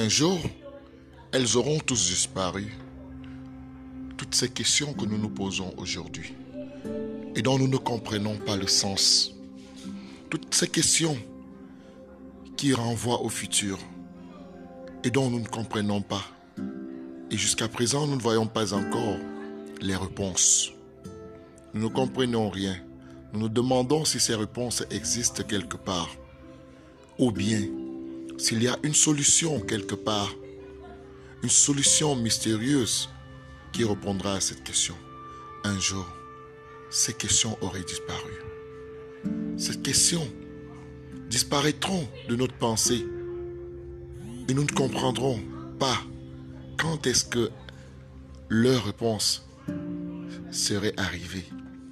Un jour, elles auront tous disparu. Toutes ces questions que nous nous posons aujourd'hui et dont nous ne comprenons pas le sens. Toutes ces questions qui renvoient au futur et dont nous ne comprenons pas. Et jusqu'à présent, nous ne voyons pas encore les réponses. Nous ne comprenons rien. Nous nous demandons si ces réponses existent quelque part. Ou bien, s'il y a une solution quelque part. Une solution mystérieuse qui répondra à cette question. Un jour, ces questions auraient disparu. Ces questions disparaîtront de notre pensée et nous ne comprendrons pas quand est-ce que leur réponse serait arrivée.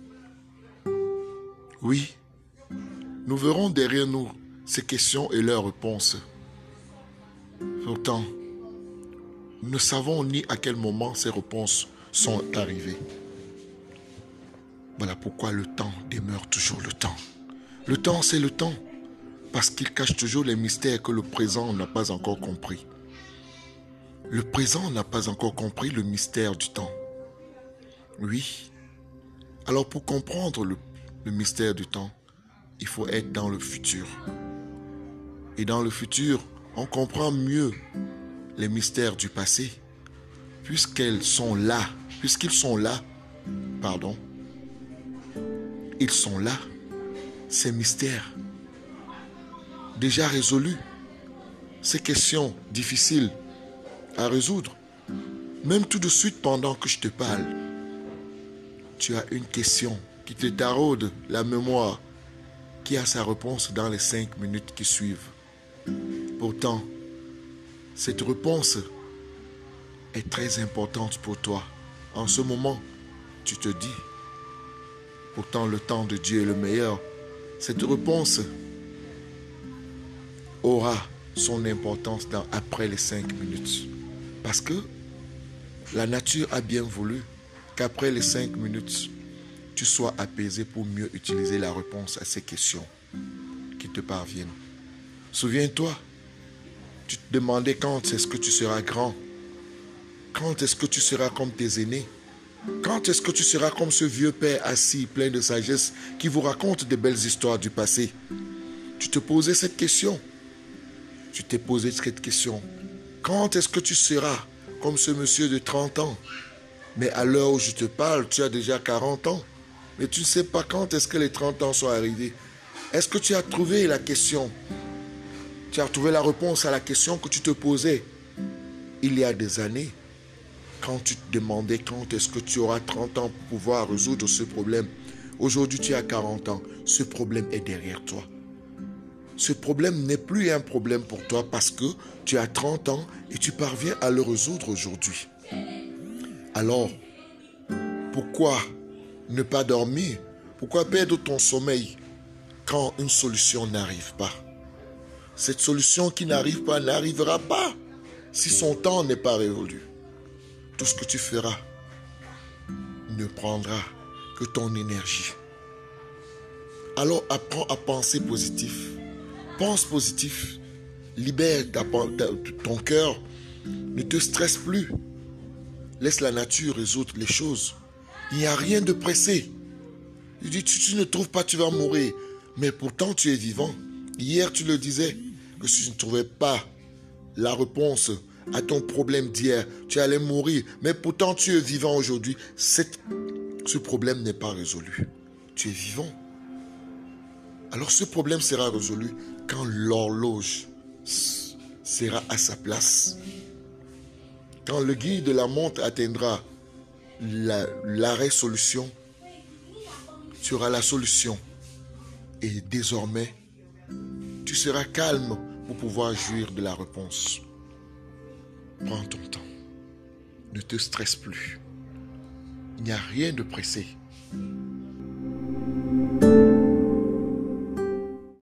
Oui, nous verrons derrière nous ces questions et leurs réponses. Pourtant, nous ne savons ni à quel moment ces réponses sont arrivées. Voilà pourquoi le temps demeure toujours le temps. Le temps, c'est le temps, parce qu'il cache toujours les mystères que le présent n'a pas encore compris. Le présent n'a pas encore compris le mystère du temps. Oui. Alors pour comprendre le mystère du temps, il faut être dans le futur. Et dans le futur, on comprend mieux les mystères du passé, puisqu'ils sont là, ils sont là, ces mystères, déjà résolus, ces questions difficiles à résoudre. Même tout de suite pendant que je te parle, tu as une question qui te taraude la mémoire, qui a sa réponse dans les 5 minutes qui suivent. Pourtant, cette réponse est très importante pour toi. En ce moment, tu te dis, pourtant le temps de Dieu est le meilleur. Cette réponse aura son importance après les 5 minutes. Parce que la nature a bien voulu qu'après les 5 minutes, tu sois apaisé pour mieux utiliser la réponse à ces questions qui te parviennent. Souviens-toi, tu te demandais quand est-ce que tu seras grand? Quand est-ce que tu seras comme tes aînés? Quand est-ce que tu seras comme ce vieux père assis, plein de sagesse, qui vous raconte des belles histoires du passé? Tu te posais cette question. Tu t'es posé cette question. Quand est-ce que tu seras comme ce monsieur de 30 ans? Mais à l'heure où je te parle, tu as déjà 40 ans. Mais tu ne sais pas quand est-ce que les 30 ans sont arrivés. Est-ce que tu as trouvé la question? Tu as trouvé la réponse à la question que tu te posais il y a des années, quand tu te demandais quand est-ce que tu auras 30 ans pour pouvoir résoudre ce problème. Aujourd'hui, tu as 40 ans. Ce problème est derrière toi. Ce problème n'est plus un problème pour toi parce que tu as 30 ans et tu parviens à le résoudre aujourd'hui. Alors, pourquoi ne pas dormir? Pourquoi perdre ton sommeil quand une solution n'arrive pas? Cette solution qui n'arrive pas n'arrivera pas si son temps n'est pas révolu. Tout ce que tu feras ne prendra que ton énergie. Alors apprends à penser positif. Pense positif. Libère ton cœur. Ne te stresse plus. Laisse la nature résoudre les choses. Il n'y a rien de pressé. Il dit, tu ne trouves pas, tu vas mourir. Mais pourtant, tu es vivant. Hier, tu le disais, que si tu ne trouvais pas la réponse à ton problème d'hier, tu allais mourir. Mais pourtant, tu es vivant aujourd'hui. Ce problème n'est pas résolu. Tu es vivant. Alors, ce problème sera résolu quand l'horloge sera à sa place. Quand le guide de la montre atteindra l'arrêt solution, tu auras la solution. Et désormais, tu seras calme pour pouvoir jouir de la réponse. Prends ton temps. Ne te stresse plus. Il n'y a rien de pressé.